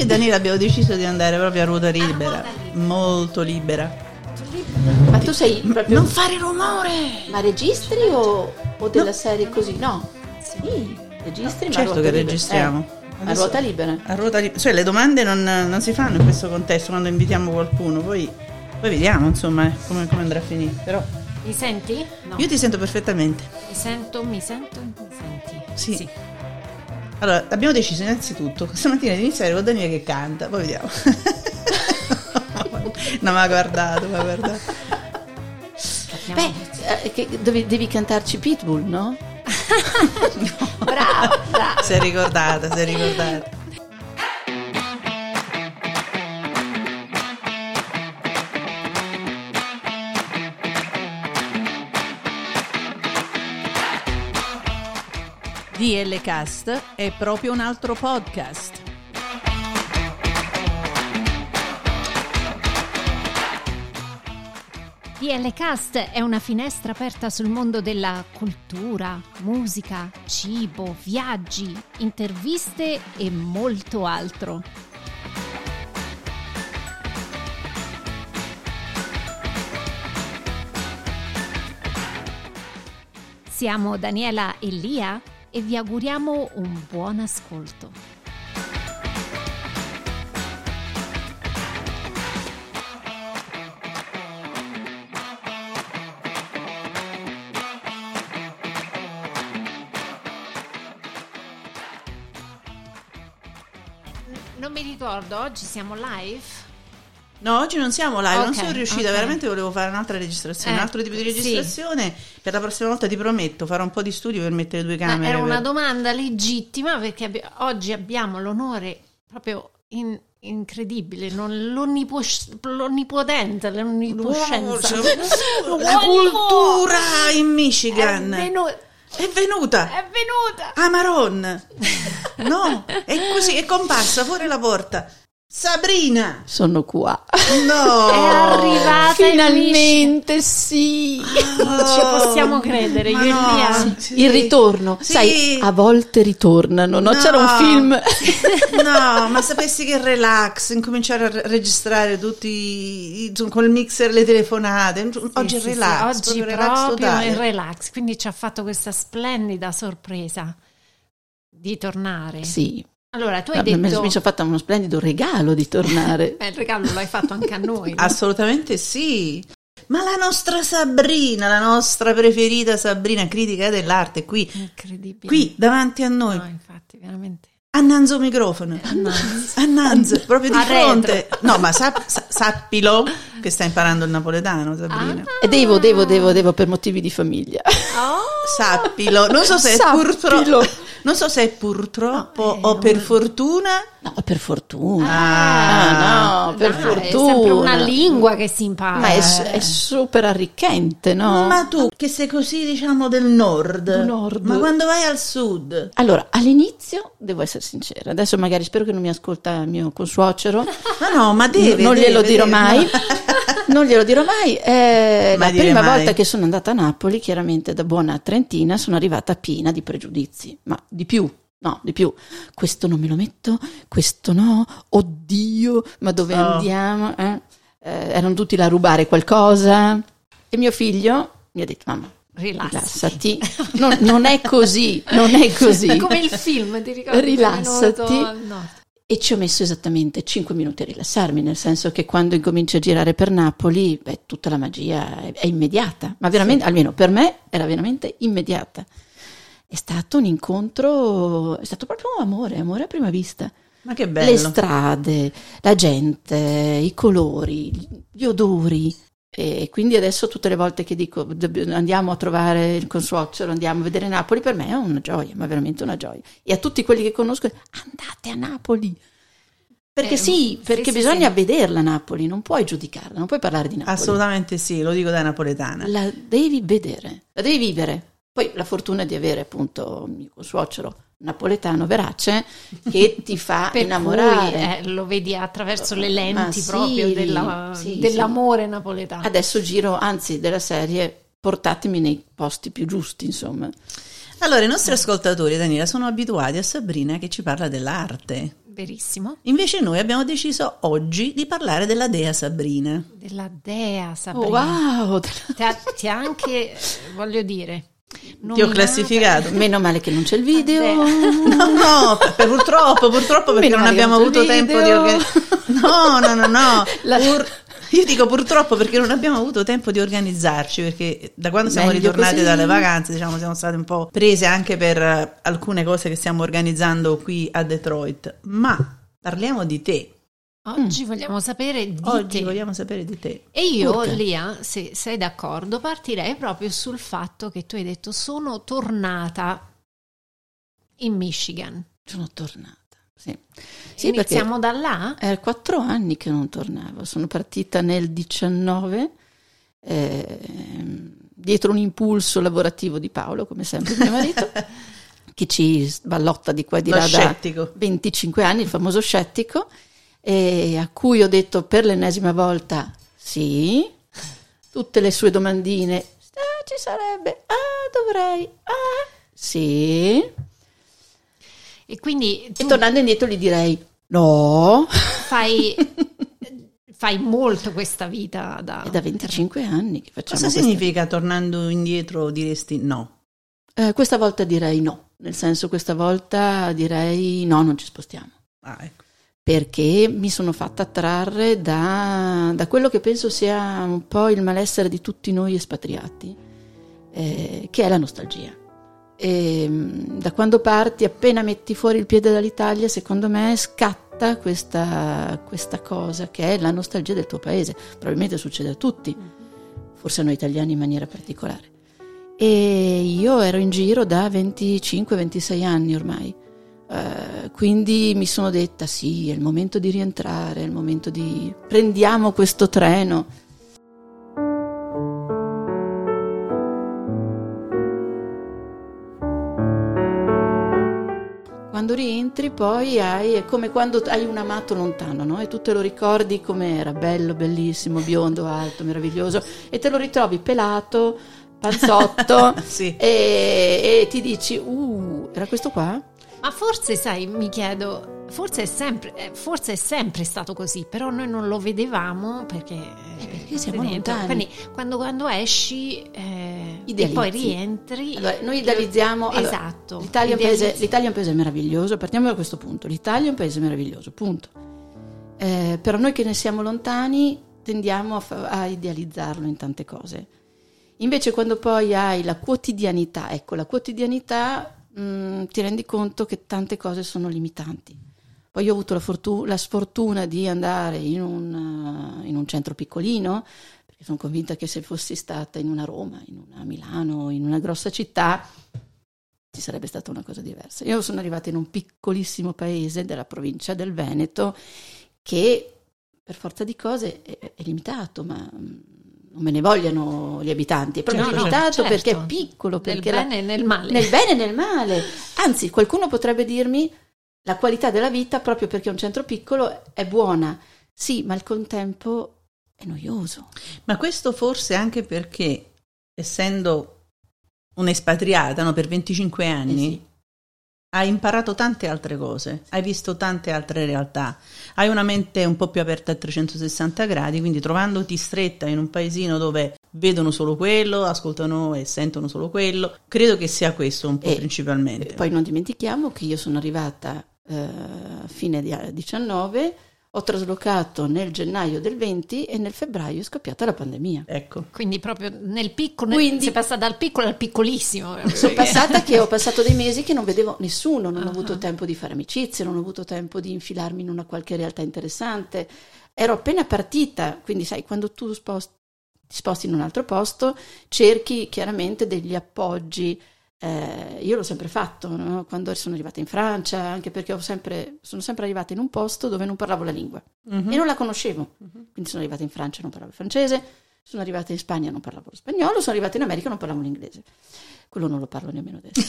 e Daniela abbiamo deciso di andare proprio a ruota libera, molto libera. Ma tu sei proprio... Non fare rumore! Ma registri o della serie così? No. Sì, registri, ma certo a ruota che libera. registriamo. A ruota libera. Cioè le domande non si fanno in questo contesto quando invitiamo qualcuno, poi vediamo insomma come andrà a finire. Però Mi senti? No. io ti sento perfettamente. Mi sento? Mi senti? Sì. Allora, abbiamo deciso innanzitutto questa mattina di iniziare con Daniele che canta, poi vediamo. No, ma ha guardato. Beh, devi cantarci Pitbull, no? Brava. Si è ricordata. DL Cast è proprio un altro podcast. DL Cast è una finestra aperta sul mondo della cultura, musica, cibo, viaggi, interviste e molto altro. Siamo Daniela e Lia e vi auguriamo un buon ascolto. Non mi ricordo, oggi siamo live? No, oggi non siamo live, non Ok, sono riuscita, ok. veramente volevo fare un'altra registrazione, un altro tipo di sì. registrazione. Per la prossima volta ti prometto, farò un po' di studio per mettere due camere. Era una per- domanda legittima perché oggi abbiamo l'onore proprio incredibile, l'onnipotente, l'onniposcenza. La cultura in Michigan È è venuta. a Maron. No, è così, è comparsa fuori la porta. Sabrina. Sono qua. No. È arrivata Finalmente sì. Non ci possiamo credere, Ma io no, e Lia. sì. Il ritorno. Sì. Sai, a volte ritornano, no? C'era un film. No, ma sapessi che relax, incominciare a registrare tutti col mixer le telefonate. Oggi è Sì, relax, oggi relax proprio totale. il relax, quindi ci ha fatto questa splendida sorpresa di tornare. Sì. Allora, tu hai Mi detto sono fatta uno splendido regalo di tornare. il regalo l'hai fatto anche a noi. no? Assolutamente sì. Ma la nostra Sabrina, la nostra preferita Sabrina, critica dell'arte, qui Incredibile. davanti a noi, No, infatti, veramente. annanzo microfono, annanzo, proprio di A fronte. No, ma sappilo che sta imparando il napoletano, Sabrina. E devo per motivi di famiglia. Sappilo, non so se è Sappilo. purtroppo, non so se è purtroppo o per fortuna. No, per fortuna. Ah, no, per Dai, fortuna. È sempre una lingua che si impara. Ma è super arricchente, no? Ma tu che sei così, diciamo, del nord, Nord. ma quando vai al sud? Allora, all'inizio, devo essere sincera, adesso magari spero che non mi ascolta il mio consuocero. Ma no, ma deve. Non glielo deve, dirò deve. mai. Non glielo dirò mai. La dire prima mai. volta che sono andata a Napoli, chiaramente da buona trentina, sono arrivata piena di pregiudizi, ma di più. No, di più. Questo non me lo metto, questo no, oddio, ma dove andiamo? Erano tutti là a rubare qualcosa. E mio figlio mi ha detto, mamma, rilassati. Non è così, non è così. È come il film, ti ricordi? Rilassati. Venuto al nord. E ci ho messo esattamente 5 minuti a rilassarmi, nel senso che quando incominci a girare per Napoli, tutta la magia è immediata, ma veramente, almeno per me, era veramente immediata. È stato un incontro, è stato proprio amore a prima vista. Ma che bello. Le strade, la gente, i colori, gli odori. E quindi adesso tutte le volte che dico andiamo a trovare il consuocero, andiamo a vedere Napoli, per me è una gioia, ma veramente una gioia. E a tutti quelli che conosco, andate a Napoli. Perché perché bisogna vederla Napoli, non puoi giudicarla, non puoi parlare di Napoli. Assolutamente sì, lo dico da napoletana. La devi vedere, la devi vivere. Poi la fortuna di avere appunto il mio consuocero napoletano verace che ti fa Per innamorare. cui, lo vedi attraverso le lenti Ma proprio sì, dell'amore napoletano. Adesso giro, anzi, della serie portatemi nei posti più giusti, insomma. Allora, i nostri ascoltatori, Daniela, sono abituati a Sabrina che ci parla dell'arte. Verissimo. Invece noi abbiamo deciso oggi di parlare della dea Sabrina. Della dea Sabrina. Wow! Ti ha anche, voglio dire, Ti ho classificato. Meno male che non c'è il video. No, purtroppo perché Meno non male abbiamo che non c'è avuto il tempo di video. organizzare. No. La- Io dico purtroppo perché non abbiamo avuto tempo di organizzarci, perché da quando siamo Meglio ritornati così. dalle vacanze, diciamo, siamo state un po' prese anche per alcune cose che stiamo organizzando qui a Detroit. Ma parliamo di te. Oggi vogliamo sapere di Oggi te. vogliamo sapere di te. E io, Urca. Lia, se sei d'accordo, partirei proprio sul fatto che tu hai detto sono tornata in Michigan. Sono tornata. Sì, Iniziamo da là? È 4 anni che non tornavo. Sono partita nel 19, dietro un impulso lavorativo di Paolo, come sempre mio marito, che ci sballotta di qua e di Lo là scettico. da 25 anni, il famoso scettico, e a cui ho detto per l'ennesima volta sì, tutte le sue domandine, ci sarebbe, dovrei, sì, E quindi e tu tornando indietro gli direi no, fai molto questa vita è da 25 anni che facciamo Cosa questa- significa tornando indietro diresti no? questa volta direi no, nel senso questa volta direi no, non ci spostiamo. Ecco. Perché mi sono fatta attrarre da quello che penso sia un po' il malessere di tutti noi espatriati, che è la nostalgia. E, da quando parti, appena metti fuori il piede dall'Italia, secondo me scatta questa cosa che è la nostalgia del tuo paese. Probabilmente succede a tutti, forse a noi italiani in maniera particolare. E io ero in giro da 25-26 anni ormai. Quindi mi sono detta sì, è il momento di rientrare, è il momento di prendiamo questo treno. Quando rientri poi è come quando hai un amato lontano, no? E tu te lo ricordi come era bello, bellissimo, biondo, alto, meraviglioso, e te lo ritrovi pelato, panzotto, Sì. e ti dici era questo qua? Ma forse, sai, mi chiedo, forse è sempre stato così, però noi non lo vedevamo perché siamo sei dentro. lontani. Quindi quando esci e Idealizzi. poi rientri, Allora, noi idealizziamo. Allora, esatto. l'Italia è un paese meraviglioso, partiamo da questo punto. L'Italia è un paese meraviglioso, punto. Però noi che ne siamo lontani tendiamo a idealizzarlo in tante cose. Invece quando poi hai la quotidianità, ti rendi conto che tante cose sono limitanti. Poi io ho avuto la sfortuna di andare in un centro piccolino, perché sono convinta che se fossi stata in una Roma, in una Milano, in una grossa città, ci sarebbe stata una cosa diversa. Io sono arrivata in un piccolissimo paese della provincia del Veneto che per forza di cose è limitato, ma non me ne vogliano gli abitanti, è proprio limitato certo. perché è piccolo, perché nel bene e nel male. nel bene e nel male. Anzi, qualcuno potrebbe dirmi la qualità della vita, proprio perché è un centro piccolo, è buona. Sì, ma al contempo è noioso. Ma questo forse anche perché, essendo un'espatriata, no, per 25 anni, Sì. hai imparato tante altre cose, hai visto tante altre realtà, hai una mente un po' più aperta a 360 gradi, quindi trovandoti stretta in un paesino dove vedono solo quello, ascoltano e sentono solo quello, credo che sia questo un po' principalmente. Poi non dimentichiamo che io sono arrivata a fine 19, ho traslocato nel gennaio del 20 e nel febbraio è scoppiata la pandemia. Ecco. Quindi proprio nel piccolo, Quindi- si passa dal piccolo al piccolissimo. Sono passata che ho passato dei mesi che non vedevo nessuno, non ho avuto tempo di fare amicizie, non ho avuto tempo di infilarmi in una qualche realtà interessante. Ero appena partita, quindi sai, quando tu ti sposti in un altro posto, cerchi chiaramente degli appoggi. Io l'ho sempre fatto, no? Quando sono arrivata in Francia, anche perché sono sempre arrivata in un posto dove non parlavo la lingua e non la conoscevo. Quindi sono arrivata in Francia e non parlavo il francese, sono arrivata in Spagna e non parlavo lo spagnolo, sono arrivata in America e non parlavo l'inglese. Quello non lo parlo nemmeno adesso.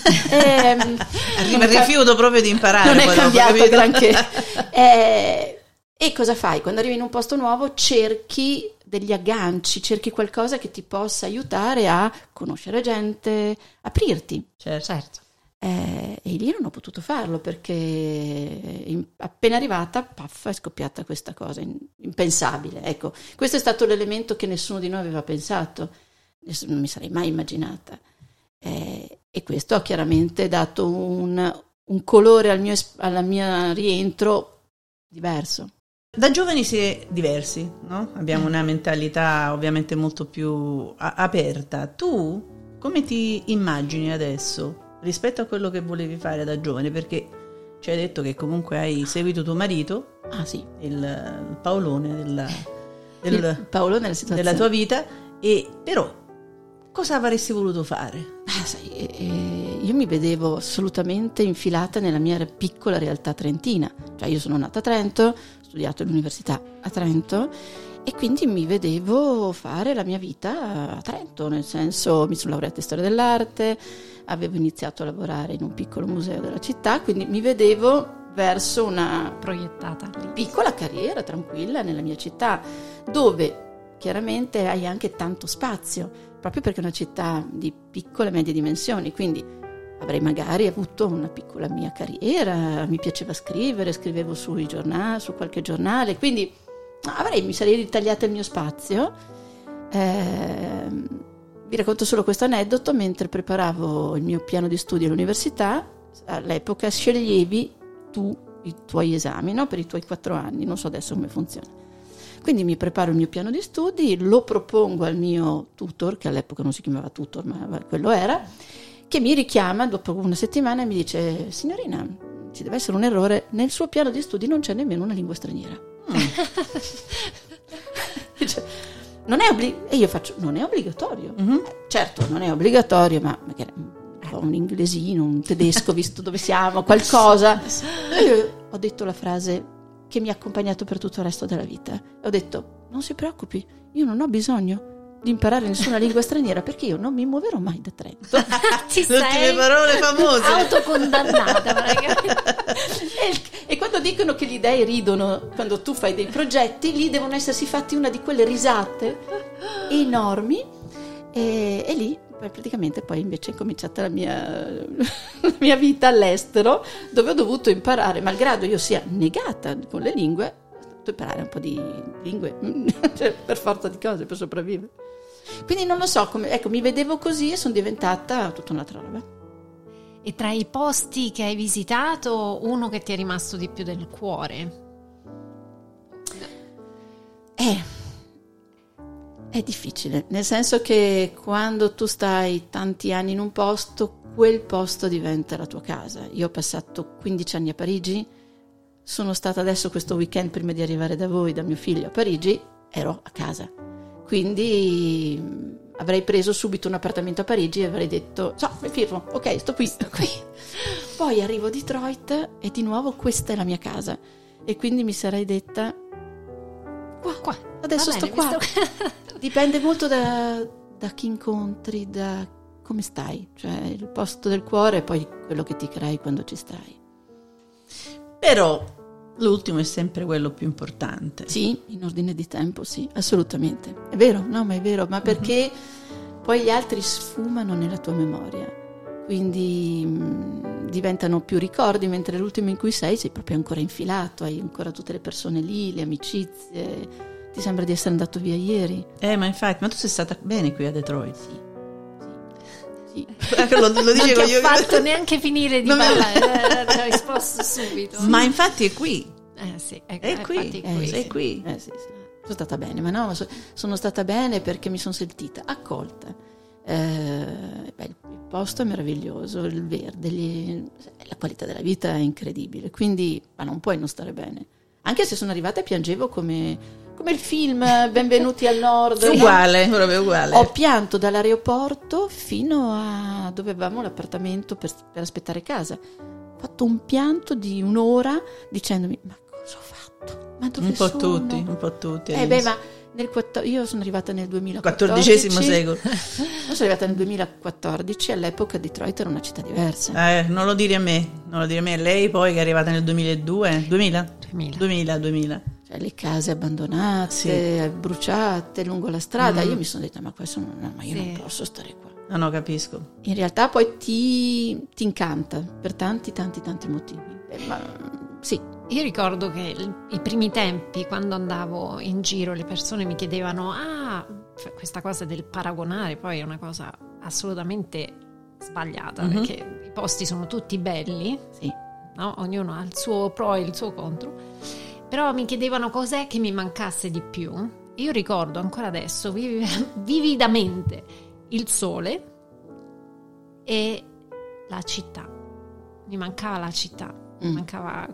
Rifiuto proprio di imparare. Non è poi dopo, cambiato capito? granché. E cosa fai? Quando arrivi in un posto nuovo cerchi degli agganci, cerchi qualcosa che ti possa aiutare a conoscere gente, aprirti. Certo. E lì non ho potuto farlo perché appena arrivata, paffa, è scoppiata questa cosa impensabile. Ecco, questo è stato l'elemento che nessuno di noi aveva pensato, non mi sarei mai immaginata. E questo ha chiaramente dato un colore al mio rientro diverso. Da giovani si è diversi, no? Abbiamo una mentalità ovviamente molto più aperta. Tu come ti immagini adesso rispetto a quello che volevi fare da giovane? Perché ci hai detto che comunque hai seguito tuo marito, sì, il Paolone il Paolone della situazione della tua vita, e però cosa avresti voluto fare? Io mi vedevo assolutamente infilata nella mia piccola realtà trentina, cioè io sono nata a Trento, ho studiato all'università a Trento e quindi mi vedevo fare la mia vita a Trento, nel senso mi sono laureata in storia dell'arte, avevo iniziato a lavorare in un piccolo museo della città, quindi mi vedevo verso una proiettata lì. Piccola carriera tranquilla nella mia città, dove chiaramente hai anche tanto spazio, proprio perché è una città di piccole e medie dimensioni, quindi avrei magari avuto una piccola mia carriera, mi piaceva scrivevo sui giornali, su qualche giornale, quindi mi sarei ritagliata il mio spazio. Vi racconto solo questo aneddoto: mentre preparavo il mio piano di studio all'università, all'epoca sceglievi tu i tuoi esami, no? Per i tuoi 4 anni, non so adesso come funziona. Quindi mi preparo il mio piano di studi, lo propongo al mio tutor, che all'epoca non si chiamava tutor, ma quello era, che mi richiama dopo una settimana e mi dice: signorina, ci deve essere un errore, nel suo piano di studi non c'è nemmeno una lingua straniera. Dice, non è e io faccio, non è obbligatorio. Certo, non è obbligatorio, ma magari un inglesino, un tedesco, visto dove siamo, qualcosa. E io ho detto la frase che mi ha accompagnato per tutto il resto della vita. Ho detto: non si preoccupi, io non ho bisogno di imparare nessuna lingua straniera perché io non mi muoverò mai da Trento. Ti Le ultime parole famose. Autocondannata praticamente. E quando dicono che gli dei ridono quando tu fai dei progetti, lì devono essersi fatti una di quelle risate enormi, e lì praticamente poi invece è cominciata la mia vita all'estero, dove ho dovuto imparare, malgrado io sia negata con le lingue, ho dovuto imparare un po' di lingue cioè, per forza di cose, per sopravvivere. Quindi non lo so, ecco, mi vedevo così e sono diventata tutta un'altra roba. E tra i posti che hai visitato, uno che ti è rimasto di più del cuore? È difficile, nel senso che quando tu stai tanti anni in un posto, quel posto diventa la tua casa. Io ho passato 15 anni a Parigi, sono stata adesso questo weekend prima di arrivare da voi, da mio figlio a Parigi, ero a casa. Quindi avrei preso subito un appartamento a Parigi e avrei detto: mi firmo, ok, sto qui. Poi arrivo a Detroit e di nuovo questa è la mia casa. E quindi mi sarei detta: qua. Adesso sto qua. Dipende molto da chi incontri, da come stai, cioè il posto del cuore e poi quello che ti crei quando ci stai. Però l'ultimo è sempre quello più importante. Sì, in ordine di tempo, sì, assolutamente. È vero, no, ma è vero, ma perché poi gli altri sfumano nella tua memoria, quindi diventano più ricordi, mentre l'ultimo in cui sei proprio ancora infilato, hai ancora tutte le persone lì, le amicizie. Ti sembra di essere andato via ieri. Ma infatti, ma tu sei stata bene qui a Detroit? Sì. Lo dicevo non io. Non ti ho fatto neanche finire di parlare, ho risposto subito. Ma infatti è qui. Sì, è qui. Sei qui. Sì. Sono stata bene, ma no, sono stata bene perché mi sono sentita accolta. Il posto è meraviglioso, il verde, la qualità della vita è incredibile, quindi ma non puoi non stare bene. Anche se sono arrivata e piangevo come il film Benvenuti al Nord. Uguale, proprio uguale. Ho pianto dall'aeroporto fino a dove avevamo l'appartamento per aspettare casa. Ho fatto un pianto di un'ora dicendomi: ma cosa ho fatto? Ma dove sono? Un po' tutti. Ma io sono arrivata nel 2014. XIV secolo. Io sono arrivata nel 2014, all'epoca Detroit era una città diversa. Non lo dire a me. Lei poi che è arrivata nel 2002? 2000. Cioè, le case abbandonate, bruciate lungo la strada. Io mi sono detta: ma questo io non posso stare qua. No, capisco. In realtà poi ti incanta per tanti motivi. Ma sì. Io ricordo che i primi tempi, quando andavo in giro, le persone mi chiedevano questa cosa del paragonare poi è una cosa assolutamente sbagliata, perché i posti sono tutti belli, Sì. no? Ognuno ha il suo pro e il suo contro, però mi chiedevano cos'è che mi mancasse di più. Io ricordo ancora adesso vividamente il sole e la città. Mi mancava la città. Mancava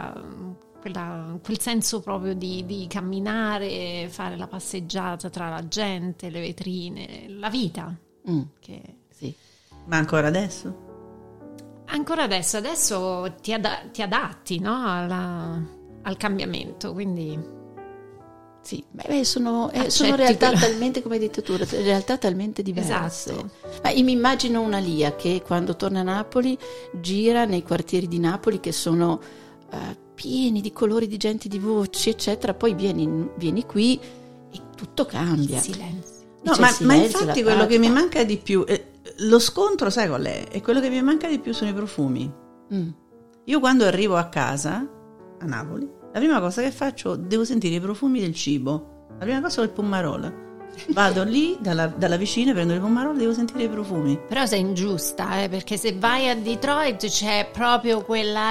quel senso proprio di camminare, fare la passeggiata tra la gente, le vetrine, la vita. Che... Sì. Ma ancora adesso? Ancora adesso ti adatti, no? al cambiamento, quindi... Sì, sono realtà talmente, come hai detto tu, realtà talmente diverse. Esatto. Ma io mi immagino una Lia che quando torna a Napoli gira nei quartieri di Napoli che sono pieni di colori, di gente, di voci, eccetera. Poi vieni qui e tutto cambia. Silenzio. No, ma infatti quello che mi manca di più, lo scontro, sai qual è? E quello che mi manca di più sono i profumi. Io quando arrivo a casa, a Napoli, la prima cosa che faccio, devo sentire i profumi del cibo. La prima cosa è il Pomarola. Vado lì dalla vicina, prendo le Pomarola, devo sentire i profumi. Però sei ingiusta, perché se vai a Detroit c'è proprio quella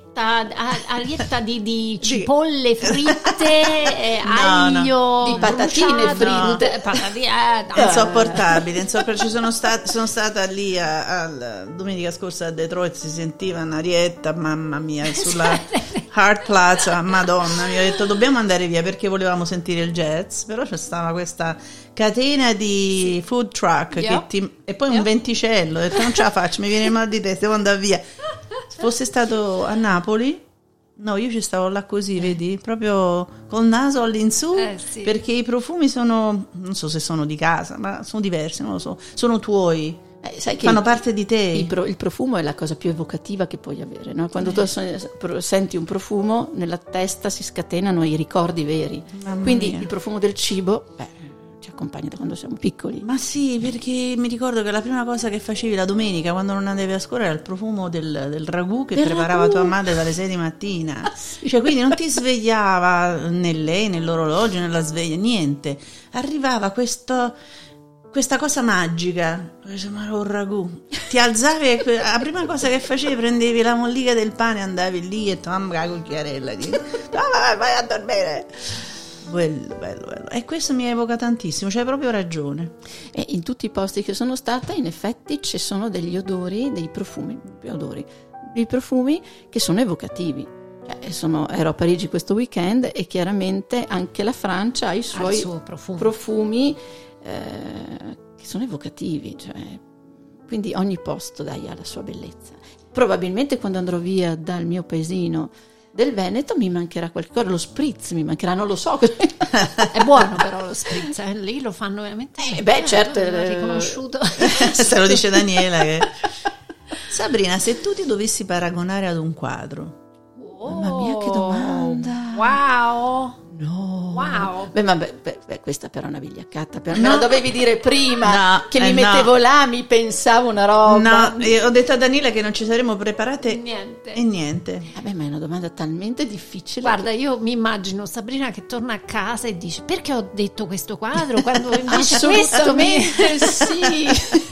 alietta di cipolle fritte, aglio, di patatine fritte. Insopportabile. Sono stata lì domenica scorsa a Detroit, si sentiva un'arietta, mamma mia, sulla Hart Plaza, Madonna, mi ha detto dobbiamo andare via perché volevamo sentire il jazz, però c'è stata questa catena di food truck e poi un venticello, ho detto non ce la faccio, mi viene il mal di testa, devo andare via. Se fosse stato a Napoli, no, io ci stavo là così, vedi, proprio col naso all'insù, perché i profumi sono, non so se sono di casa, ma sono diversi, non lo so, sono tuoi. Sai che fanno parte di te. Il profumo è la cosa più evocativa che puoi avere, no? Quando tu senti un profumo, nella testa si scatenano i ricordi veri. Quindi il profumo del cibo ci accompagna da quando siamo piccoli. Ma sì, perché mi ricordo che la prima cosa che facevi la domenica quando non andavi a scuola era il profumo del ragù che preparava tua madre dalle 6 di mattina. Cioè, quindi non ti svegliava né lei, né l'orologio, né la sveglia, niente. Arrivava questa cosa magica, ma un ragù, ti alzavi e la prima cosa che facevi prendevi la mollica del pane, andavi lì e mamma la cucchiarella vai a dormire. Bello. E questo mi evoca tantissimo, c'hai proprio ragione. E in tutti i posti che sono stata in effetti ci sono degli odori, dei profumi che sono evocativi. Ero a Parigi questo weekend e chiaramente anche la Francia ha i suoi profumi che sono evocativi, quindi ogni posto ha la sua bellezza. Probabilmente quando andrò via dal mio paesino del Veneto mi mancherà qualcosa, lo spritz mi mancherà, non lo so. È buono però lo spritz, lì lo fanno veramente certo, riconosciuto. Se lo dice Daniela che... Sabrina, se tu ti dovessi paragonare ad un quadro, mamma mia che domanda, wow. No. Wow. Questa però è una vigliaccata. Me la dovevi dire prima, che mi mettevo là, mi pensavo una roba. No, ho detto a Daniela che non ci saremmo preparate niente. Vabbè, ma è una domanda talmente difficile. Guarda, io mi immagino Sabrina che torna a casa e dice: perché ho detto questo quadro quando invece assolutamente sì.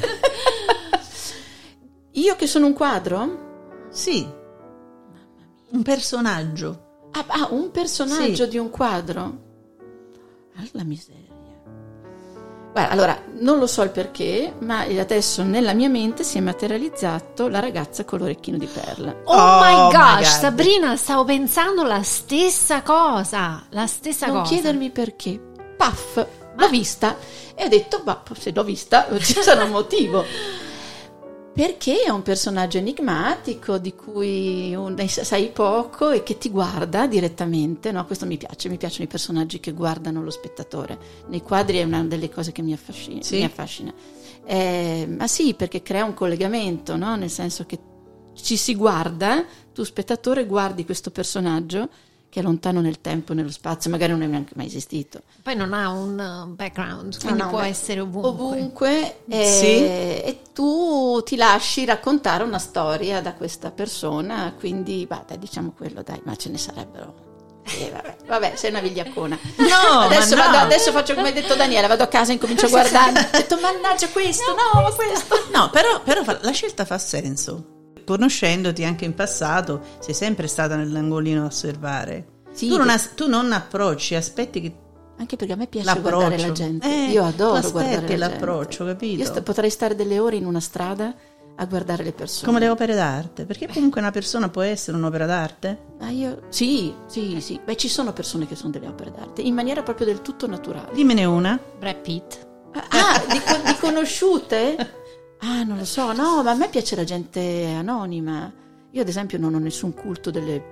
Io che sono un quadro? Sì. Un personaggio. Un personaggio di un quadro? La miseria. Guarda, allora, non lo so il perché, ma adesso nella mia mente si è materializzato la ragazza con l'orecchino di perla. Oh my gosh, Sabrina, stavo pensando la stessa cosa. Non chiedermi perché. Paf, l'ho vista e ho detto, se l'ho vista ci sarà un motivo. Perché è un personaggio enigmatico di cui sai poco e che ti guarda direttamente, no? Questo mi piace, mi piacciono i personaggi che guardano lo spettatore. Nei quadri è una delle cose che mi affascina. Sì? Mi affascina. Ma sì, perché crea un collegamento, no? Nel senso che ci si guarda, tu spettatore guardi questo personaggio che è lontano nel tempo e nello spazio, magari non è neanche mai esistito. Poi non ha un background, quindi può essere ovunque. E tu ti lasci raccontare una storia da questa persona, quindi diciamo quello, dai, ma ce ne sarebbero. Vabbè, sei una vigliaccona. No, adesso faccio come ha detto Daniela, vado a casa e incomincio a guardare. Ho detto, mannaggia questo, ma questo. No, però la scelta fa senso. Conoscendoti anche in passato, sei sempre stata nell'angolino a osservare. Sì, tu non approcci, aspetti che... Anche perché a me piace guardare la gente. Io adoro guardare la l'approccio, gente. capito? Io potrei stare delle ore in una strada a guardare le persone. Come le opere d'arte, perché comunque una persona può essere un'opera d'arte? Sì. Beh, ci sono persone che sono delle opere d'arte, in maniera proprio del tutto naturale. Dimmene una. Brad Pitt. Di conosciute? Non lo so, no, ma a me piace la gente anonima. Io ad esempio non ho nessun culto degli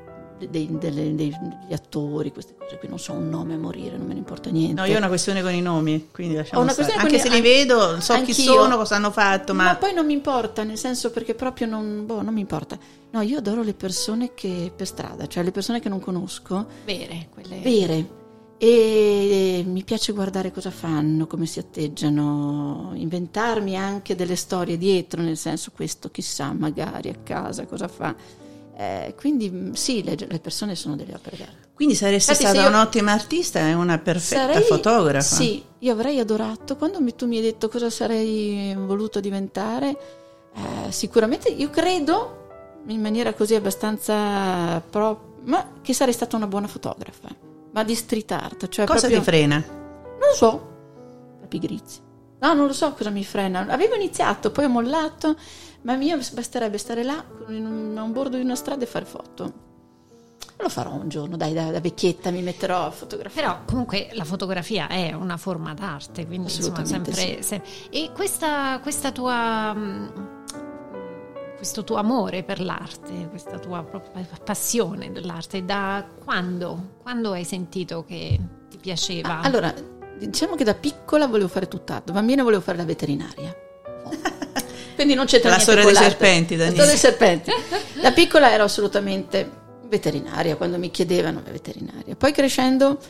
attori, queste cose qui, non so un nome a morire, non me ne importa niente. No, io ho una questione con i nomi, quindi lasciamo stare. Anche anche se li vedo, so chi sono, cosa hanno fatto, ma poi non mi importa, nel senso, perché proprio non mi importa. No, io adoro le persone che per strada, cioè le persone che non conosco, vere. E mi piace guardare cosa fanno, come si atteggiano, inventarmi anche delle storie dietro, nel senso, questo chissà magari a casa cosa fa. Quindi sì, le persone sono delle opere d'arte. Quindi saresti stata un'ottima artista e una perfetta fotografa. Sì, io avrei adorato, quando tu mi hai detto cosa sarei voluto diventare, sicuramente io credo, in maniera così abbastanza ma che sarei stata una buona fotografa. Ma di street art, cioè cosa ti frena? Non lo so, la pigrizia. No, non lo so cosa mi frena. Avevo iniziato, poi ho mollato, ma basterebbe stare là a un bordo di una strada e fare foto. Lo farò un giorno, dai, da vecchietta mi metterò a fotografare. Però comunque la fotografia è una forma d'arte, quindi insomma sempre. E questa tua questo tuo amore per l'arte, questa tua propria passione dell'arte, da quando hai sentito che ti piaceva? Allora, diciamo che da piccola volevo fare tutt'altro, bambina volevo fare la veterinaria. Quindi non c'entra niente con l'arte. La storia dei serpenti. Da piccola ero assolutamente veterinaria, quando mi chiedevano veterinaria. Poi crescendo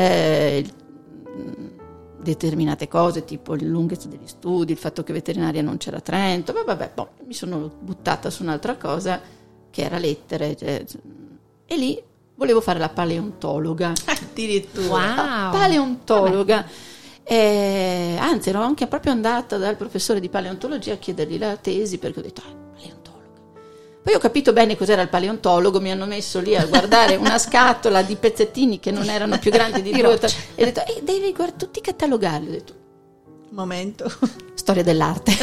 determinate cose, tipo la lunghezza degli studi, il fatto che veterinaria non c'era a Trento, mi sono buttata su un'altra cosa che era lettere, e lì volevo fare la paleontologa. Addirittura. Wow. Paleontologa. Anzi, ero anche proprio andata dal professore di paleontologia a chiedergli la tesi, perché ho detto paleontologa. Poi ho capito bene cos'era il paleontologo, mi hanno messo lì a guardare una scatola di pezzettini che non erano più grandi di 2 e ho detto devi guardare tutti catalogarli. Ho detto momento, storia dell'arte.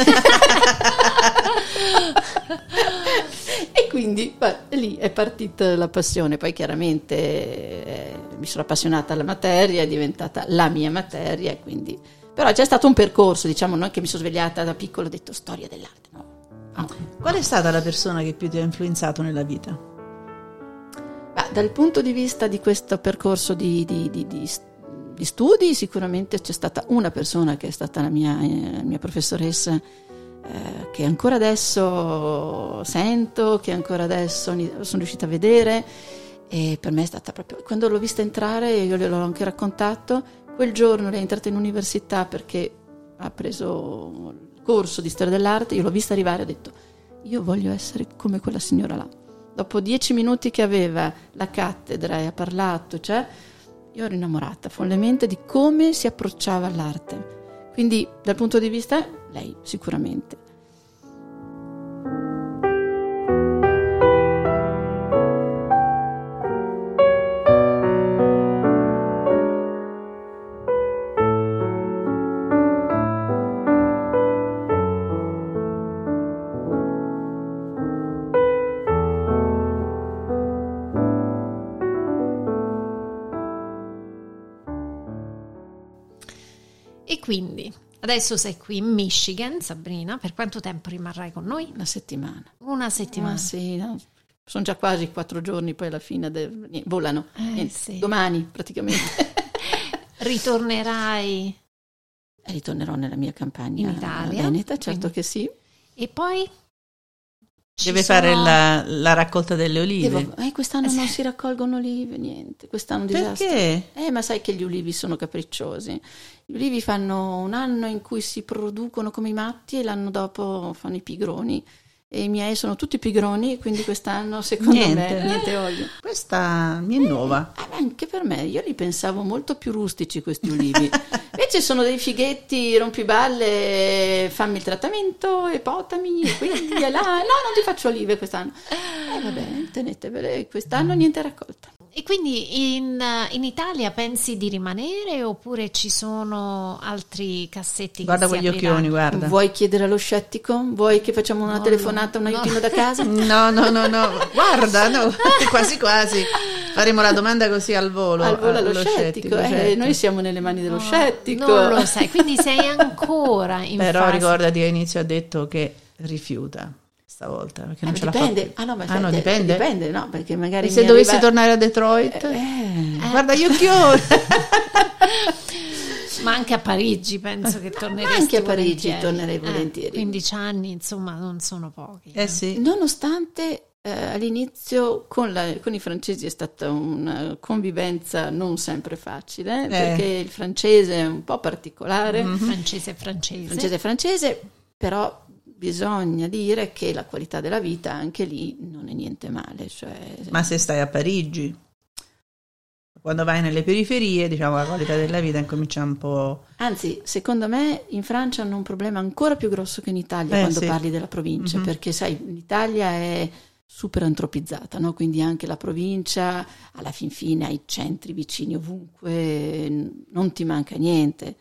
E quindi lì è partita la passione. Poi chiaramente mi sono appassionata alla materia, è diventata la mia materia, e quindi però c'è stato un percorso, diciamo, non è che mi sono svegliata da piccola e ho detto storia dell'arte, no. Qual è stata la persona che più ti ha influenzato nella vita? Dal punto di vista di questo percorso di studi, sicuramente c'è stata una persona che è stata la mia professoressa, che ancora adesso sento, che ancora adesso sono riuscita a vedere, e per me è stata proprio, quando l'ho vista entrare, io gliel'ho anche raccontato, quel giorno lei è entrata in università perché ha preso il corso di storia dell'arte, io l'ho vista arrivare e ho detto io voglio essere come quella signora là. Dopo 10 minuti che aveva la cattedra e ha parlato, io ero innamorata follemente di come si approcciava all'arte. Quindi dal punto di vista lei sicuramente. E quindi adesso sei qui in Michigan, Sabrina. Per quanto tempo rimarrai con noi? Una settimana. Una settimana? Sì, no. Sono già quasi 4 giorni, poi alla fine volano. Sì. Domani praticamente. Ritornerai? Ritornerò nella mia campagna in Italia? veneta, certo. Quindi. Che sì. E poi Deve fare la raccolta delle olive. Quest'anno non si raccolgono olive, niente. Quest'anno disastro. Perché? Ma sai che gli ulivi sono capricciosi. Gli ulivi fanno un anno in cui si producono come i matti e l'anno dopo fanno i pigroni. E i miei sono tutti pigroni, quindi quest'anno secondo me niente olio. Questa mi è nuova. Anche per me, io li pensavo molto più rustici questi ulivi. Invece sono dei fighetti rompiballe, fammi il trattamento, e potami, e qui e là. No, non ti faccio olive quest'anno. Vabbè, tenetevele, quest'anno niente raccolta. E quindi in Italia pensi di rimanere oppure ci sono altri cassetti guarda che si quegli apriranno? occhioni, guarda. Vuoi chiedere allo scettico? Vuoi che facciamo una telefonata, un aiutino da casa? No, guarda, no, quasi faremo la domanda così al volo. Al volo allo scettico. Certo. Noi siamo nelle mani dello scettico. Non lo sai, quindi sei ancora in Però fase. ricordati, all'inizio ha detto che rifiuta stavolta perché non ce la fa dipende. più. No, dipende. Dipende, no, perché magari e se dovessi tornare a Detroit? Guarda gli occhioni. Ma anche a Parigi penso che torneresti anche a Parigi volentieri. tornerei volentieri. 15 anni, insomma, non sono pochi. Sì. Nonostante all'inizio con i francesi è stata una convivenza non sempre facile, perché il francese è un po' particolare. Francese, però bisogna dire che la qualità della vita anche lì non è niente male. Ma se stai a Parigi, quando vai nelle periferie, diciamo, la qualità della vita incomincia un po'. Anzi, secondo me in Francia hanno un problema ancora più grosso che in Italia quando parli della provincia, perché sai, l'Italia è super antropizzata, no? Quindi anche la provincia alla fin fine ha i centri vicini ovunque, non ti manca niente.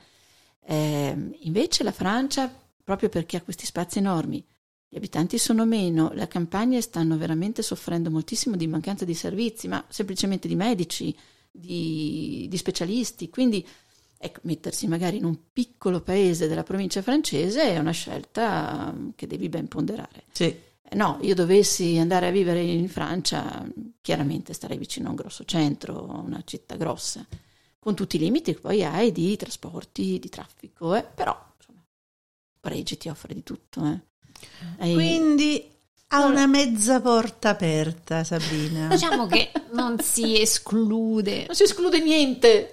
Invece la Francia, proprio perché ha questi spazi enormi, gli abitanti sono meno, le campagne stanno veramente soffrendo moltissimo di mancanza di servizi, ma semplicemente di medici, di specialisti, quindi mettersi magari in un piccolo paese della provincia francese è una scelta che devi ben ponderare. Sì. No, io dovessi andare a vivere in Francia, chiaramente starei vicino a un grosso centro, a una città grossa, con tutti i limiti che poi hai di trasporti, di traffico, però insomma, Parigi ti offre di tutto. Quindi ha una mezza porta aperta, Sabrina. Diciamo che non si esclude. Non si esclude niente.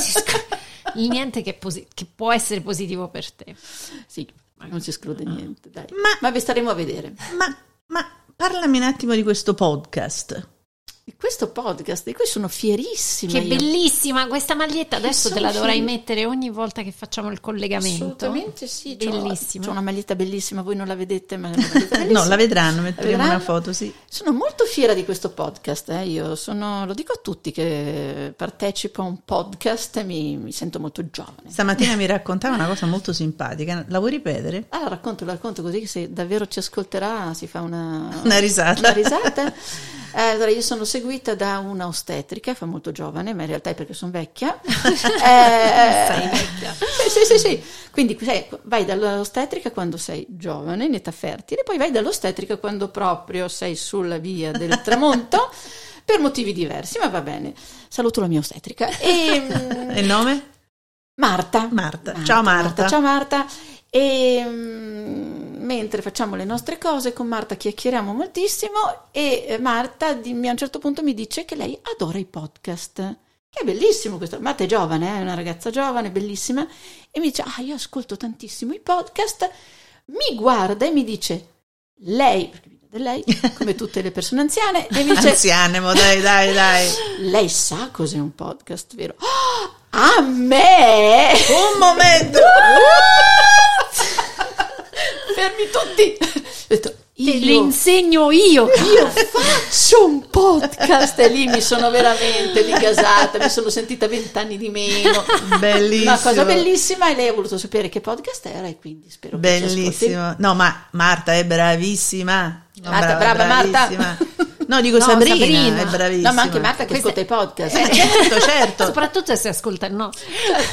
Niente che può essere positivo per te. Sì, non si esclude niente. Dai. Ma vi staremo a vedere. Ma parlami un attimo di questo podcast. Di questo podcast, di cui sono fierissima. Che bellissima questa maglietta, adesso te la dovrai mettere ogni volta che facciamo il collegamento. Assolutamente sì, bellissima. C'ho una maglietta bellissima, voi non la vedete, ma è una maglietta bellissima. No, la vedranno, metteremo una foto, sì. Sono molto fiera di questo podcast, io lo dico a tutti che partecipo a un podcast e mi sento molto giovane. Stamattina mi raccontava una cosa molto simpatica, la vuoi ripetere? La racconto così che se davvero ci ascolterà si fa una risata. Una risata. Allora, io sono seguita da una ostetrica, fa molto giovane, ma in realtà è perché sono vecchia. Sei vecchia. Sì. Quindi vai dall'ostetrica quando sei giovane, in età fertile, poi vai dall'ostetrica quando proprio sei sulla via del tramonto, per motivi diversi, ma va bene. Saluto la mia ostetrica. E il nome? Marta. Ciao Marta. Ciao Marta. E mentre facciamo le nostre cose con Marta chiacchieriamo moltissimo e Marta a un certo punto mi dice che lei adora i podcast, che è bellissimo questo. Marta è giovane, è una ragazza giovane, bellissima, e mi dice io ascolto tantissimo i podcast, mi guarda e mi dice lei come tutte le persone anziane, e mi dice anziane, dai lei sa cos'è un podcast, vero? A me un momento fermi tutti. Ho detto, te lo insegno io faccio un podcast, e lì mi sono veramente rigasata, mi sono sentita 20 anni di meno. Bellissimo. Una cosa bellissima, e lei ha voluto sapere che podcast era, e quindi spero bellissimo. che ci ascolti. No, ma Marta è bravissima. Brava Marta. No, dico Sabrina è bravissima. No, ma anche Marta che ascolta i podcast. Certo. Soprattutto se ascolta il nostro.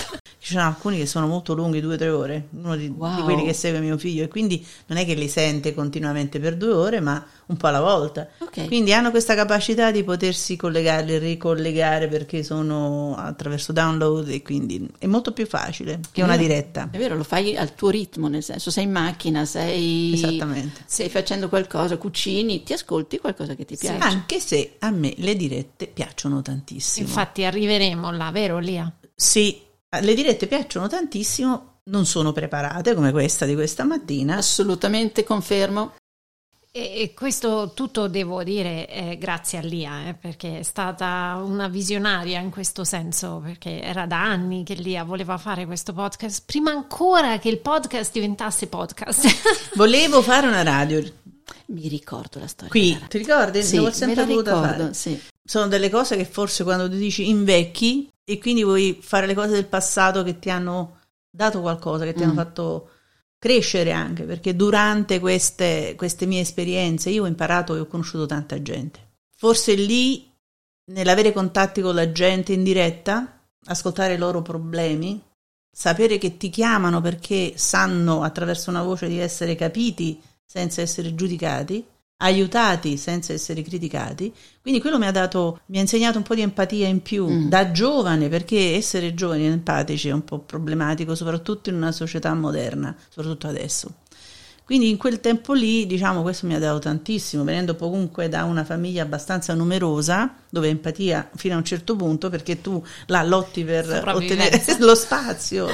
Ci sono alcuni che sono molto lunghi, 2-3 ore, uno di quelli che segue mio figlio, e quindi non è che li sente continuamente per 2 ore, ma un po' alla volta. Ok. Quindi hanno questa capacità di potersi collegare e ricollegare perché sono attraverso download, e quindi è molto più facile che una diretta. È vero, lo fai al tuo ritmo, nel senso sei in macchina, Esattamente. stai facendo qualcosa, cucini, ti ascolti qualcosa che ti piace. Anche se a me le dirette piacciono tantissimo. Infatti arriveremo là, vero Lia? Sì, le dirette piacciono tantissimo, non sono preparate come questa di questa mattina. Assolutamente confermo. E questo tutto devo dire grazie a Lia, perché è stata una visionaria in questo senso, perché era da anni che Lia voleva fare questo podcast, prima ancora che il podcast diventasse podcast. Volevo fare una radio. Mi ricordo la storia. Qui, ti ricordi? Sì, L'ho sempre me la voluta ricordo, fare. sì. Sono delle cose che forse quando tu dici invecchi e quindi vuoi fare le cose del passato che ti hanno dato qualcosa, che ti hanno fatto crescere anche, perché durante queste mie esperienze io ho imparato e ho conosciuto tanta gente. Forse lì, nell'avere contatti con la gente in diretta, ascoltare i loro problemi, sapere che ti chiamano perché sanno attraverso una voce di essere capiti senza essere giudicati, aiutati senza essere criticati, quindi quello mi ha insegnato un po' di empatia in più da giovane, perché essere giovani e empatici è un po' problematico, soprattutto in una società moderna, soprattutto adesso. Quindi in quel tempo lì, diciamo, questo mi ha dato tantissimo, venendo comunque da una famiglia abbastanza numerosa, dove empatia fino a un certo punto, perché tu la lotti per ottenere lo spazio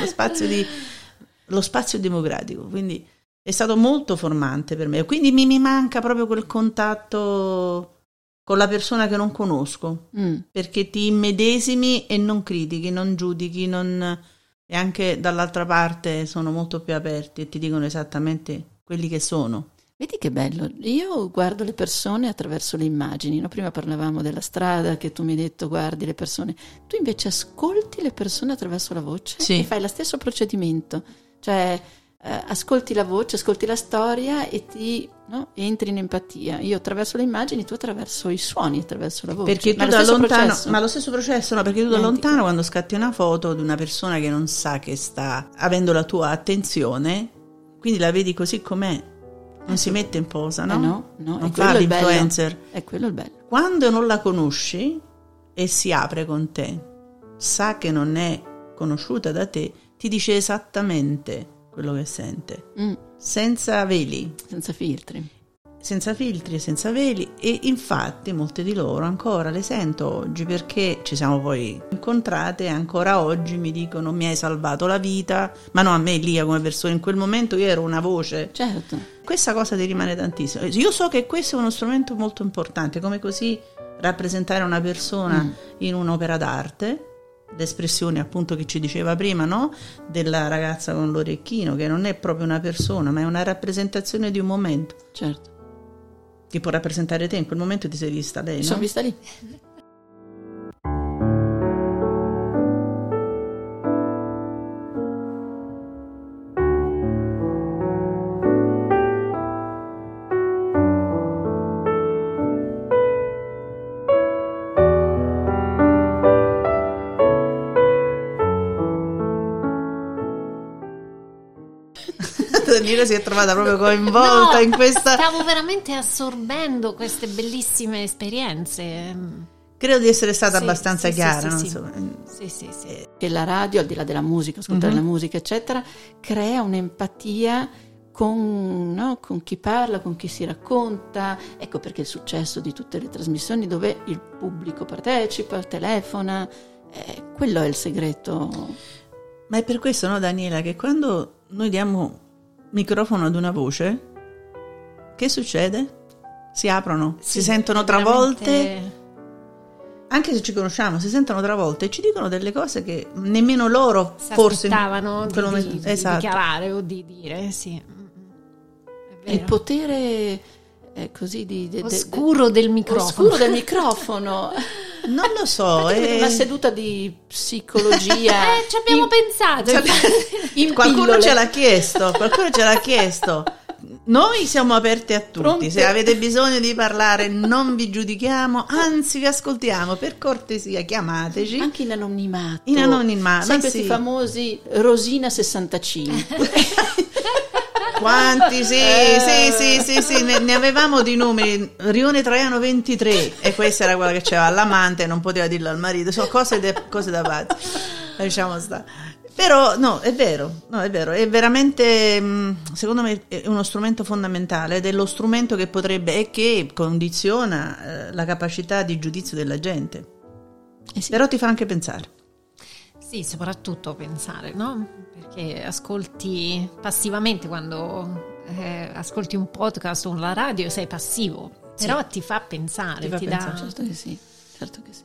democratico, quindi è stato molto formante per me, quindi mi manca proprio quel contatto con la persona che non conosco, perché ti immedesimi e non critichi, non giudichi, e anche dall'altra parte sono molto più aperti e ti dicono esattamente quelli che sono. Vedi che bello, io guardo le persone attraverso le immagini, no? Prima parlavamo della strada che tu mi hai detto guardi le persone, tu invece ascolti le persone attraverso la voce e fai lo stesso procedimento, cioè ascolti la voce, ascolti la storia e entri in empatia. Io attraverso le immagini, tu attraverso i suoni, attraverso la voce. Perché tu da lontano, ma lo stesso processo, no? Perché tu da lontano, quando scatti una foto di una persona che non sa che sta avendo la tua attenzione, quindi la vedi così com'è, non si mette in posa, no? No, non fa l'influencer. È quello il bello. Quando non la conosci e si apre con te, sa che non è conosciuta da te, ti dice esattamente quello che sente, senza veli, senza filtri, senza veli. E infatti molte di loro ancora le sento oggi, perché ci siamo poi incontrate e ancora oggi mi dicono mi hai salvato la vita, ma no a me Lia come persona, in quel momento io ero una voce. Certo. Questa cosa ti rimane tantissimo. Io so che questo è uno strumento molto importante, come così rappresentare una persona in un'opera d'arte. L'espressione appunto che ci diceva prima, no? Della ragazza con l'orecchino, che non è proprio una persona, ma è una rappresentazione di un momento. Certo. Che può rappresentare te, in quel momento ti sei vista lei, no? Sono vista lì. Daniela si è trovata proprio coinvolta in questa. Stavo veramente assorbendo queste bellissime esperienze. Credo di essere stata abbastanza chiara, sì, insomma. Sì. Che la radio, al di là della musica, ascoltare la musica, eccetera, crea un'empatia con chi parla, con chi si racconta. Ecco perché il successo di tutte le trasmissioni dove il pubblico partecipa, telefona, quello è il segreto. Ma è per questo, no, Daniela, che quando noi diamo microfono ad una voce, che succede? Si aprono, si sentono travolte, anche se ci conosciamo, si sentono travolte e ci dicono delle cose che nemmeno loro forse aspettavano di dichiarare o di dire, sì. È vero. Il potere così oscuro del microfono. Oscuro del microfono. Non lo so, è una seduta di psicologia. Ci abbiamo pensato. Qualcuno ce l'ha chiesto, noi siamo aperti a tutti. Pronte? Se avete bisogno di parlare, non vi giudichiamo, anzi vi ascoltiamo. Per cortesia, chiamateci. Anche in anonimato. In anonimato, Sai ma questi sì. famosi Rosina 65. Quanti? Sì, ne avevamo di numeri. Rione Traiano 23, e questa era quella che c'aveva l'amante, non poteva dirlo al marito. Sono cose da pazzi. Diciamo sta. Però no, è vero, è veramente, secondo me è uno strumento fondamentale, ed è lo strumento che potrebbe e che condiziona la capacità di giudizio della gente. Sì. Però ti fa anche pensare. Sì, soprattutto pensare, no? Perché ascolti passivamente quando ascolti un podcast o la radio, sei passivo, però ti fa pensare, Ti fa ti pensare. dà... Certo che sì, certo che sì.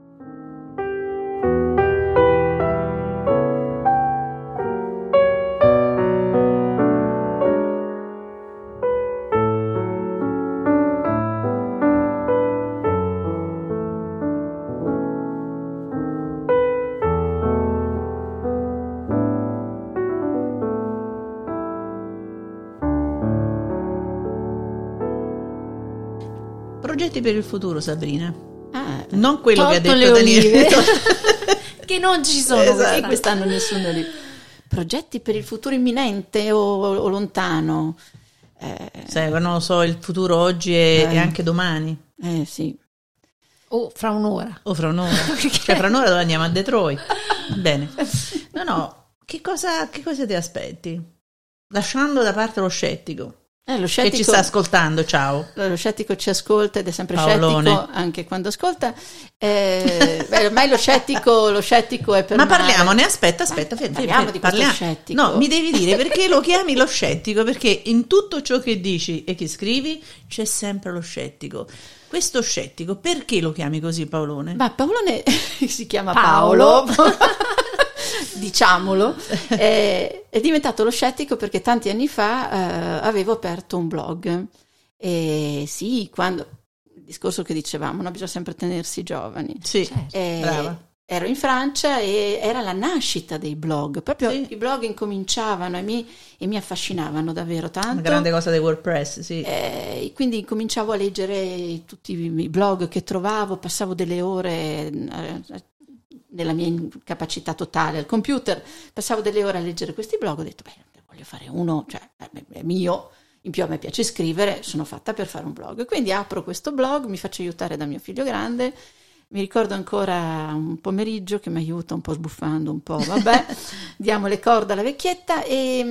Progetti per il futuro, Sabrina. Ah, Non quello che ha Tolto detto le olive. Daniele. che non ci sono Esatto. e quest'anno nessuno di progetti per il futuro imminente o lontano. Sai, non lo so, il futuro oggi e anche domani. Sì. o fra un'ora. O fra un'ora. Cioè, fra un'ora dove andiamo? A Detroit. Bene. No, che cosa ti aspetti? Lasciando da parte lo scettico. Lo Che ci sta ascoltando, ciao. Lo scettico ci ascolta ed è sempre Paolone. scettico anche quando ascolta. Ormai lo scettico è per Ma male. parliamone, aspetta, Parliamo di questo scettico. No, mi devi dire perché lo chiami lo scettico, perché in tutto ciò che dici e che scrivi c'è sempre lo scettico. Questo scettico, perché lo chiami così, Paolone? Ma Paolone si chiama Paolo. Paolo. Diciamolo, è diventato lo scettico perché tanti anni fa avevo aperto un blog e sì, quando il discorso che dicevamo, no? Bisogna sempre tenersi giovani. Sì, brava. Ero in Francia e era la nascita dei blog, proprio Sì. i blog incominciavano e mi affascinavano davvero tanto. Una grande cosa del WordPress, sì. Quindi cominciavo a leggere tutti i blog che trovavo, passavo delle ore nella mia incapacità totale al computer, passavo delle ore a leggere questi blog, ho detto, voglio fare uno, cioè è mio, in più a me piace scrivere, sono fatta per fare un blog. Quindi apro questo blog, mi faccio aiutare da mio figlio grande, mi ricordo ancora un pomeriggio che mi aiuta un po' sbuffando, un po', vabbè, diamo le corde alla vecchietta e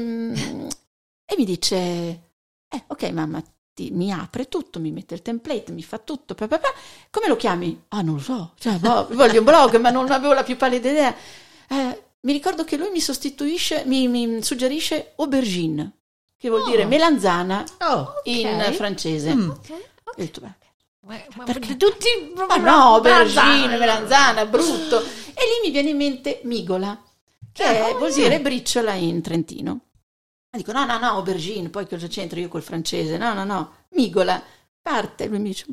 mi dice, ok mamma, mi apre tutto, mi mette il template, mi fa tutto, come lo chiami? Ah, non lo so, cioè, voglio un blog, ma non avevo la più pallida idea. Mi ricordo che lui mi sostituisce, mi suggerisce aubergine, che vuol dire melanzana in francese. Ok. Ho detto, Ma perché? tutti ma no, aubergine, melanzana, brutto. E lì mi viene in mente migola, che vuol dire briciola in trentino. Dico no, aubergine, poi cosa c'entra io col francese? No, migola. Parte, lui mi dice,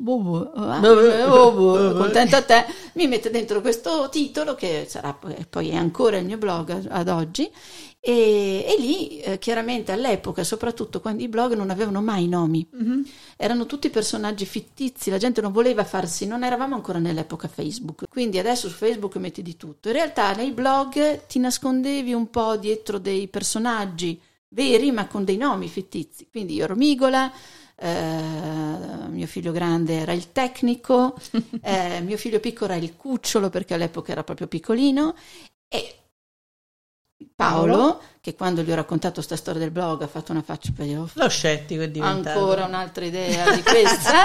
contento a te, mi mette dentro questo titolo che sarà poi è ancora il mio blog ad oggi e lì chiaramente all'epoca, soprattutto quando i blog non avevano mai nomi, erano tutti personaggi fittizi, la gente non voleva farsi, non eravamo ancora nell'epoca Facebook, quindi adesso su Facebook metti di tutto, in realtà nei blog ti nascondevi un po' dietro dei personaggi veri ma con dei nomi fittizi, quindi io ero Migola, mio figlio grande era il tecnico, mio figlio piccolo era il cucciolo perché all'epoca era proprio piccolino e Paolo, che quando gli ho raccontato sta storia del blog ha fatto una faccia lo scettico è diventato ancora un'altra idea di questa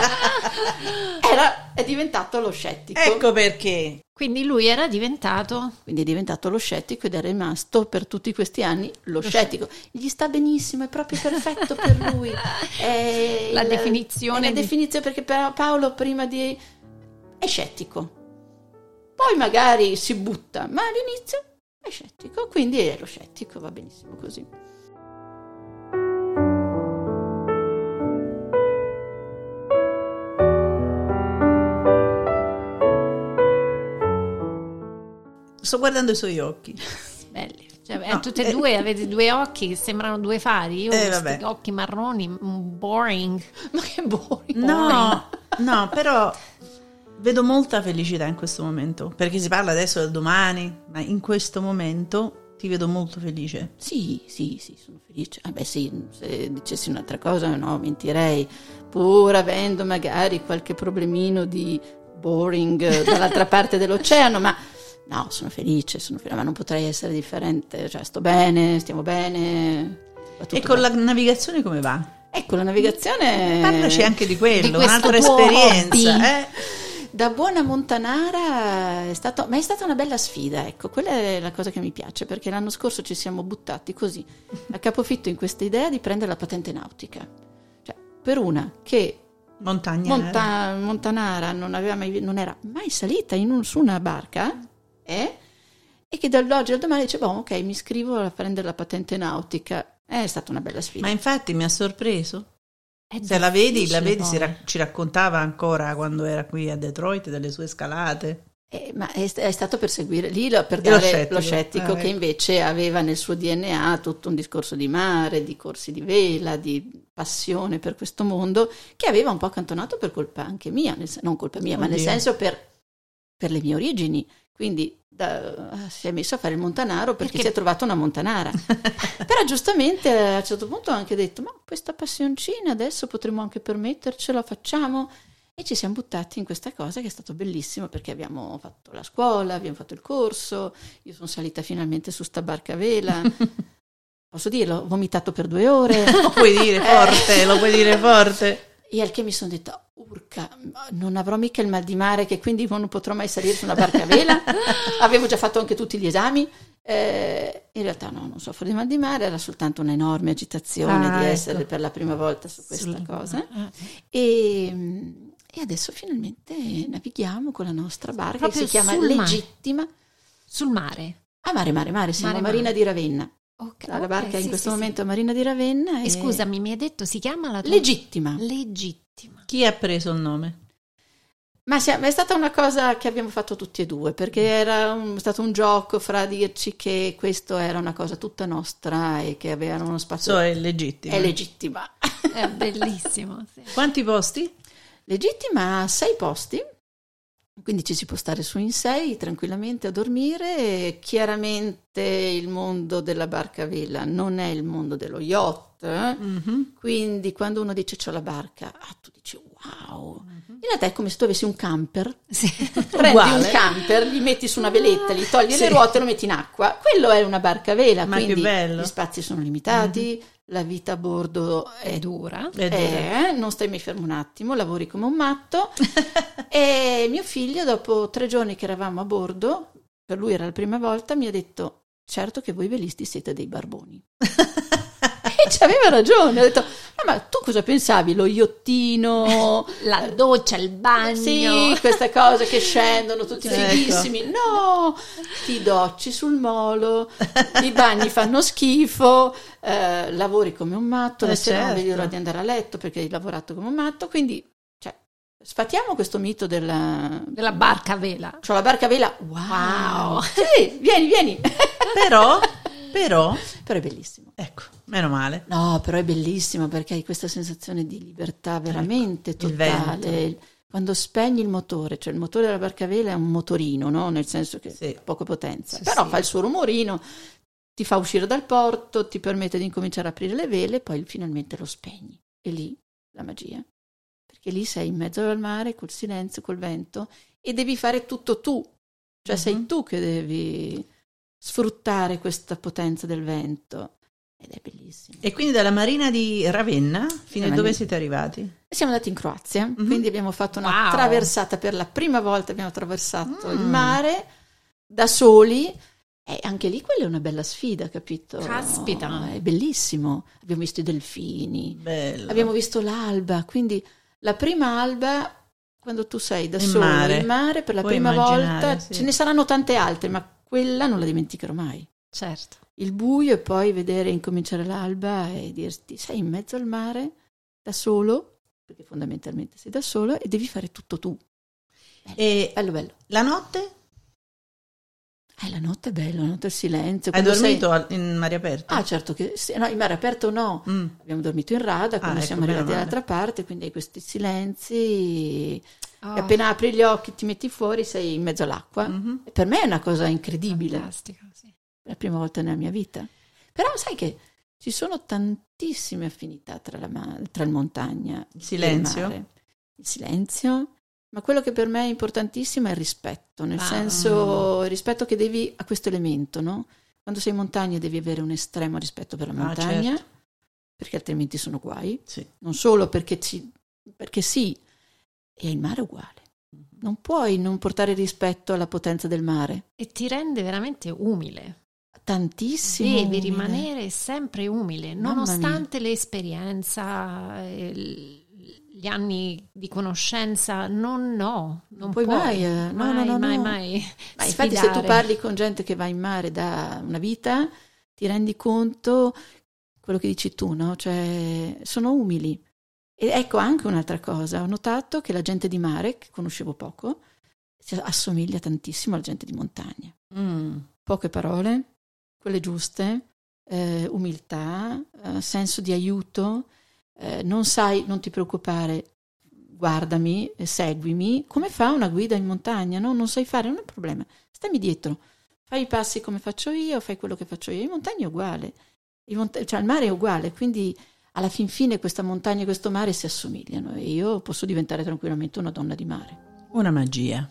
è diventato lo scettico, ecco perché. Quindi lui era diventato... Quindi è diventato lo scettico ed è rimasto per tutti questi anni lo scettico. Gli sta benissimo, è proprio perfetto per lui. È La definizione di- definizione perché Paolo prima di... è scettico. Poi magari si butta, ma all'inizio è scettico, quindi è lo scettico, va benissimo così. Sto guardando i suoi occhi. Belli. Cioè, No, tutte e due avete due occhi che sembrano due fari. Io ho questi vabbè. occhi marroni, boring. Ma che boring. No, però vedo molta felicità in questo momento, perché si parla adesso del domani, ma in questo momento ti vedo molto felice. Sì, sono felice. Beh sì, se dicessi un'altra cosa no, mentirei, pur avendo magari qualche problemino di boring dall'altra parte dell'oceano, ma no, sono felice, ma non potrei essere differente, cioè sto bene, stiamo bene. Va tutto E con bene. la navigazione come va? Ecco, la navigazione... Parlaci anche di quello, di questo un'altra tuo esperienza. hobby. Da buona montanara è stata una bella sfida, ecco, quella è la cosa che mi piace, perché l'anno scorso ci siamo buttati così a capofitto in questa idea di prendere la patente nautica. Cioè, per una che montanara non era mai salita su una barca, e che dall'oggi al domani dice, ok, mi iscrivo a prendere la patente nautica. È stata una bella sfida. Ma infatti mi ha sorpreso. È Se la vedi, difficile poi. ci raccontava ancora quando era qui a Detroit delle sue scalate. Ma è stato per seguire lì per E lo dare scettico. lo scettico che Ecco. invece aveva nel suo DNA tutto un discorso di mare, di corsi di vela, di passione per questo mondo, che aveva un po' accantonato per colpa anche mia, non colpa mia, ma nel Oddio. senso per le mie origini. Quindi si è messo a fare il montanaro perché si è trovato una montanara. Però giustamente a un certo punto ho anche detto, ma questa passioncina adesso potremmo anche permettercela, facciamo. E ci siamo buttati in questa cosa che è stato bellissimo, perché abbiamo fatto la scuola, abbiamo fatto il corso, io sono salita finalmente su sta barca a vela. Posso dirlo? Ho vomitato per 2 ore. Lo puoi dire forte, lo puoi dire forte. E al che mi sono detta, urca, non avrò mica il mal di mare, che quindi non potrò mai salire su una barca a vela. Avevo già fatto anche tutti gli esami. In realtà no, non soffro di mal di mare, era soltanto un'enorme agitazione di essere ecco. per la prima volta su questa cosa. E adesso finalmente navighiamo con la nostra barca Proprio che si chiama sul mare. Legittima. Sul mare. Ah, mare, siamo Mare, a Marina mare. di Ravenna. Ok, La barca in sì, questo sì, momento è a Marina di Ravenna. sì. E scusami, mi hai detto si chiama la tua... Legittima. Legittima. Chi ha preso il nome? Ma è stata una cosa che abbiamo fatto tutti e due, perché era stato un gioco fra dirci che questo era una cosa tutta nostra e che avevano uno spazio. È legittima. È legittima. È bellissimo. Sì. Quanti posti? Legittima ha 6 posti, quindi ci si può stare su in 6 tranquillamente a dormire. Chiaramente il mondo della barca a vela non è il mondo dello yacht, quindi quando uno dice c'ho la barca, tu dici wow. In realtà è come se tu avessi un camper, Sì. prendi Uguale. un camper, gli metti su una veletta, gli togli Sì. le ruote e lo metti in acqua. Quello è una barca a vela, Ma quindi che bello. gli spazi sono limitati, la vita a bordo È dura. non stai mai fermo un attimo, lavori come un matto. E mio figlio, dopo 3 giorni che eravamo a bordo, per lui era la prima volta, mi ha detto, certo che voi velisti siete dei barboni. E ci aveva ragione, ho detto, ma tu cosa pensavi? Lo iottino, La doccia, il bagno. sì, queste cose che scendono tutti Ecco. fighissimi. No, ti docci sul molo, i bagni fanno schifo, lavori come un matto, la sera non vedi certo. l'ora di andare a letto perché hai lavorato come un matto, quindi cioè, sfatiamo questo mito della barca a vela. c'ho la barca a vela, wow. Sì, vieni. Però, Però è bellissimo. ecco, meno male. No, però è bellissimo perché hai questa sensazione di libertà veramente Ecco, il totale. Quando spegni il motore, cioè il motore della barca a vela è un motorino, no? Nel senso che Sì. ha poca potenza, Sì, però sì. fa il suo rumorino, ti fa uscire dal porto, ti permette di incominciare a aprire le vele, poi finalmente lo spegni. E lì la magia. Perché lì sei in mezzo al mare, col silenzio, col vento, e devi fare tutto tu. Cioè sei tu che devi sfruttare questa potenza del vento. Ed è bellissimo. E quindi dalla Marina di Ravenna fino a Ravenna. dove siete arrivati? E siamo andati in Croazia, quindi abbiamo fatto una Wow. traversata, per la prima volta abbiamo attraversato il mare da soli, e anche lì quella è una bella sfida, capito? Caspita. È bellissimo, abbiamo visto i delfini, Bello. abbiamo visto l'alba, quindi la prima alba, quando tu sei da In solo mare. in mare per la Puoi prima immaginare, volta, sì. ce ne saranno tante altre, ma quella non la dimenticherò mai. Certo. Il buio e poi vedere incominciare l'alba e dirti sei in mezzo al mare da solo, perché fondamentalmente sei da solo e devi fare tutto tu. E Bello. la notte? La notte è bella, la notte è il silenzio. Hai Quando dormito in mare aperto? Ah, certo che sì. No, in mare aperto no. Abbiamo dormito in rada quando ecco, siamo arrivati dall'altra parte, quindi hai questi silenzi. E appena apri gli occhi, ti metti fuori, sei in mezzo all'acqua. E per me è una cosa incredibile. Fantastico, sì. È la prima volta nella mia vita. Però sai che ci sono tantissime affinità tra il montagna il silenzio. e il mare. Il silenzio. Ma quello che per me è importantissimo è il rispetto, nel senso il rispetto che devi a questo elemento, no? Quando sei in montagna devi avere un estremo rispetto per la montagna, certo. perché altrimenti sono guai. Sì. Non solo perché sì, e il mare è uguale. Non puoi non portare rispetto alla potenza del mare. E ti rende veramente umile. Tantissimo. Devi umile. rimanere sempre umile, Mamma nonostante l'esperienza, gli anni di conoscenza. Non puoi mai. Mai. Ma infatti se tu parli con gente che va in mare da una vita, ti rendi conto quello che dici tu, no? Cioè, sono umili. E ecco anche un'altra cosa, ho notato che la gente di mare, che conoscevo poco, si assomiglia tantissimo alla gente di montagna. Poche parole, quelle giuste, umiltà, senso di aiuto, non ti preoccupare, guardami, seguimi, come fa una guida in montagna, no? Non sai fare, non è un problema, stammi dietro, fai i passi come faccio io, fai quello che faccio io, in montagna è uguale, cioè il mare è uguale, quindi alla fin fine questa montagna e questo mare si assomigliano e io posso diventare tranquillamente una donna di mare. Una magia.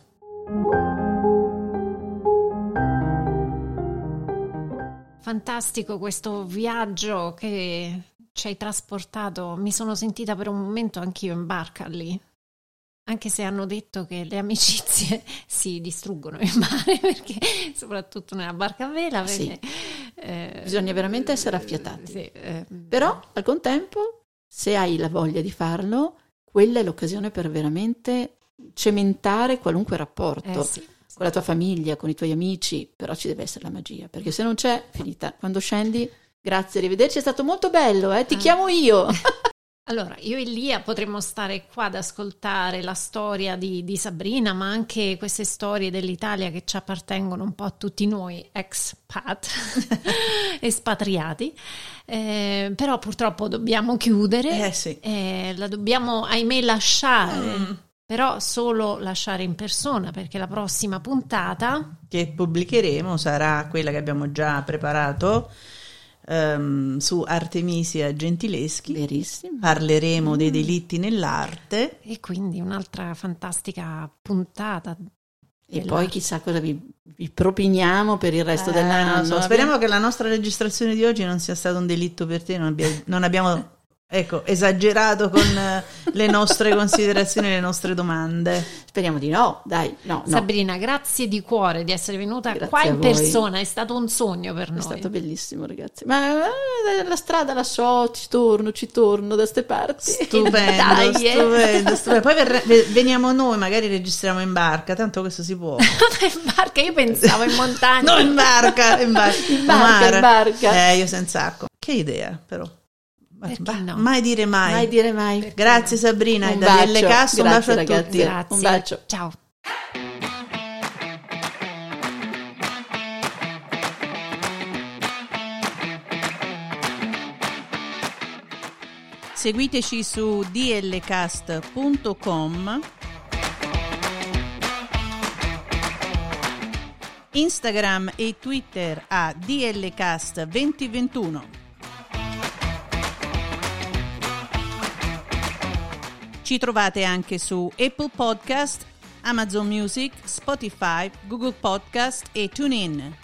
Fantastico questo viaggio che ci hai trasportato. Mi sono sentita per un momento anch'io in barca lì, anche se hanno detto che le amicizie si distruggono in mare, perché soprattutto nella barca a vela, perché, bisogna veramente essere affiatati. Sì, però al contempo, se hai la voglia di farlo, quella è l'occasione per veramente cementare qualunque rapporto. Con la tua famiglia, con i tuoi amici, però ci deve essere la magia, perché se non c'è, finita. Quando scendi, grazie, arrivederci, è stato molto bello, ti chiamo io. Allora, io e Lia potremmo stare qua ad ascoltare la storia di Sabrina, ma anche queste storie dell'Italia che ci appartengono un po' a tutti noi expat, espatriati, però purtroppo dobbiamo chiudere, sì. La dobbiamo, ahimè, lasciare. Però solo lasciare in persona, perché la prossima puntata che pubblicheremo sarà quella che abbiamo già preparato su Artemisia Gentileschi. Verissimo. Parleremo dei delitti nell'arte e quindi un'altra fantastica puntata. E poi chissà cosa vi propiniamo per il resto dell'anno. So. Speriamo che la nostra registrazione di oggi non sia stato un delitto per te, non abbiamo esagerato con le nostre considerazioni, le nostre domande. Speriamo di no, dai. No. Sabrina, grazie di cuore di essere venuta qua in persona, è stato un sogno per noi. È stato bellissimo, ragazzi. Ma la strada la so, ci torno da ste parti. Stupendo. Poi veniamo noi, magari registriamo in barca, tanto questo si può. In barca, io pensavo in montagna. No, in barca. In barca. Io senza acqua. Che idea, però. No? Mai dire mai. Mai dire mai. Perché grazie no? Sabrina, un e da DL Cast un bacio ragazzi. a tutti. Grazie. Un bacio. Ciao. Seguiteci su dlcast.com, Instagram e Twitter a dlcast2021. Ci trovate anche su Apple Podcast, Amazon Music, Spotify, Google Podcast e TuneIn.